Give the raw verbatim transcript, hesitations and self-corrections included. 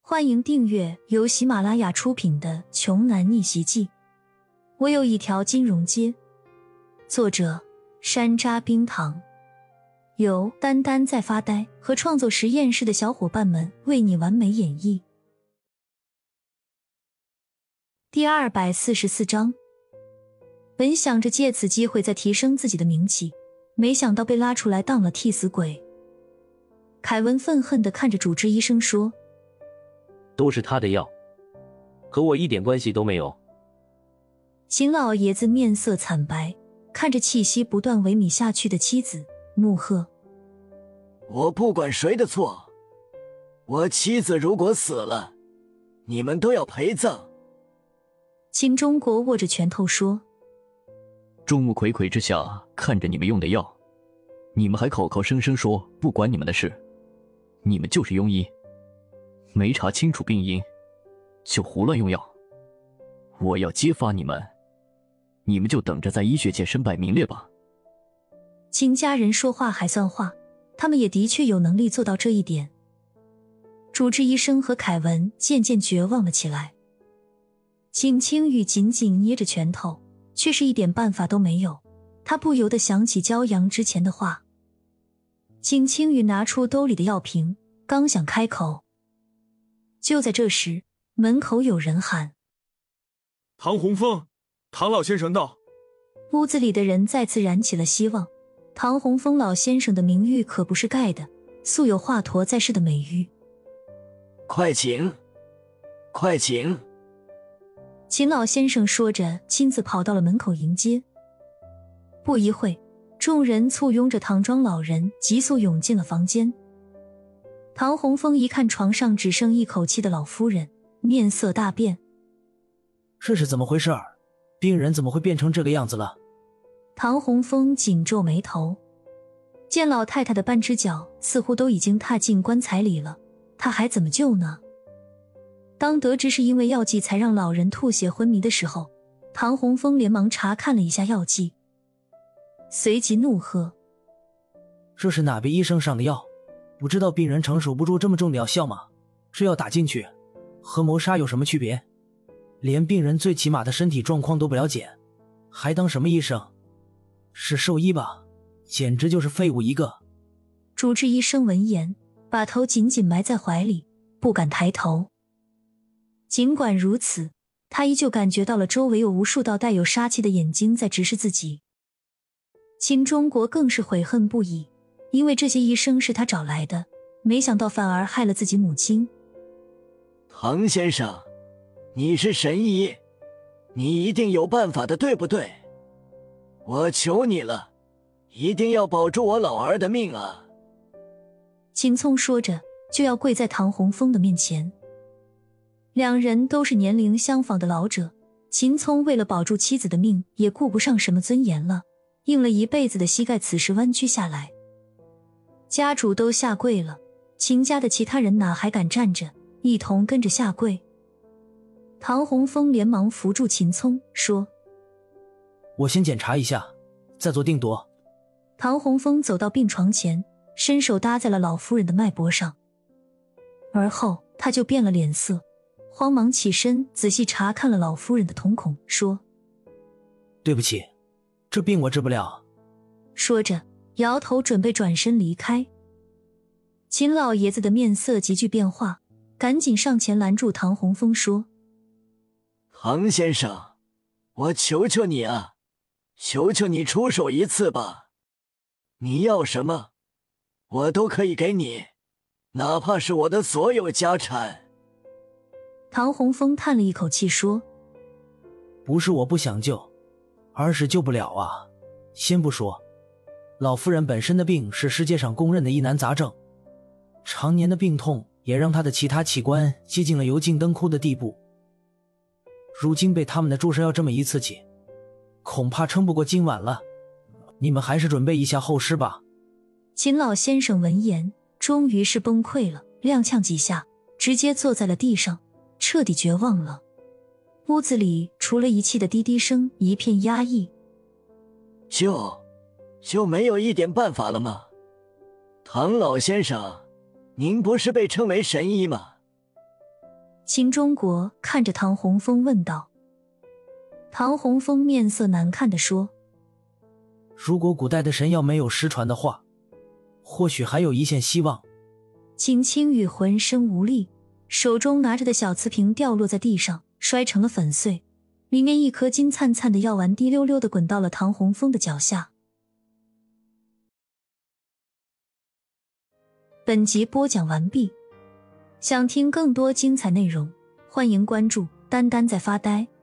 欢迎订阅由喜马拉雅出品的《穷男逆袭记》。我有一条金融街。作者山楂冰糖，由丹丹在发呆和创作实验室的小伙伴们为你完美演绎。第二百四十四章。本想着借此机会再提升自己的名气，没想到被拉出来当了替死鬼。凯文愤恨地看着主治医生说， 都是他的药，和我一点关系都没有。 秦老爷子面色惨白，看着气息不断萎靡下去的妻子，怒喝， 我不管谁的错，我妻子如果死了，你们都要陪葬。 秦中国握着拳头说， 众目睽睽之下看着你们用的药，你们还口口声声说不关你们的事，你们就是庸医，没查清楚病因就胡乱用药，我要揭发你们，你们就等着在医学界身败名裂吧。 秦家人说话还算话，他们也的确有能力做到这一点。主治医生和凯文渐渐绝望了起来。秦青雨紧紧捏着拳头，却是一点办法都没有。他不由得想起骄阳之前的话。秦青雨拿出兜里的药瓶，刚想开口，就在这时，门口有人喊， 唐洪峰，唐老先生到。 屋子里的人再次燃起了希望。唐洪峰老先生的名誉可不是盖的，素有华佗在世的美誉。 快请，快请。 秦老先生说着，亲自跑到了门口迎接。不一会，众人簇拥着唐庄老人急速涌进了房间。唐洪峰一看床上只剩一口气的老夫人，面色大变。 这是怎么回事？病人怎么会变成这个样子了？ 唐洪峰紧皱眉头，见老太太的半只脚似乎都已经踏进棺材里了，他还怎么救呢？当得知是因为药剂才让老人吐血昏迷的时候，唐洪峰连忙查看了一下药剂，随即怒喝， 这是哪位医生上的药？不知道病人承受不住这么重的药效吗？这药打进去和谋杀有什么区别？连病人最起码的身体状况都不了解，还当什么医生？是兽医吧？简直就是废物一个。 主治医生闻言，把头紧紧埋在怀里，不敢抬头。尽管如此，他依旧感觉到了周围有无数道带有杀气的眼睛在直视自己。秦中国更是悔恨不已，因为这些医生是他找来的，没想到反而害了自己母亲。 唐先生，你是神医，你一定有办法的，对不对？我求你了，一定要保住我老儿的命啊！ 秦聪说着，就要跪在唐洪峰的面前。两人都是年龄相仿的老者，秦聪为了保住妻子的命，也顾不上什么尊严了，硬了一辈子的膝盖此时弯曲下来。家主都下跪了，秦家的其他人哪还敢站着，一同跟着下跪。唐洪峰连忙扶住秦聪，说， 我先检查一下，再做定夺。 唐洪峰走到病床前，伸手搭在了老夫人的脉搏上，而后他就变了脸色，慌忙起身仔细查看了老夫人的瞳孔，说， 对不起，这病我治不了。 说着摇头准备转身离开。秦老爷子的面色急剧变化，赶紧上前拦住唐洪峰，说， 唐先生，我求求你啊，求求你出手一次吧，你要什么我都可以给你，哪怕是我的所有家产。 唐洪峰叹了一口气说， 不是我不想救，而是救不了啊。先不说老夫人本身的病是世界上公认的疑难杂症，常年的病痛也让她的其他器官接近了油尽灯枯的地步，如今被他们的注射药这么一刺激，恐怕撑不过今晚了。你们还是准备一下后事吧。 秦老先生闻言终于是崩溃了，踉跄几下直接坐在了地上，彻底绝望了。屋子里除了仪器的滴滴声一片压抑。 就就没有一点办法了吗？唐老先生，您不是被称为神医吗？ 秦中国看着唐洪峰问道。唐洪峰面色难看地说， 如果古代的神药没有失传的话，或许还有一线希望。 秦青雨浑身无力，手中拿着的小瓷瓶掉落在地上，摔成了粉碎，里面一颗金灿灿的药丸滴溜溜地滚到了唐洪峰的脚下。本集播讲完毕，想听更多精彩内容，欢迎关注丹丹在发呆。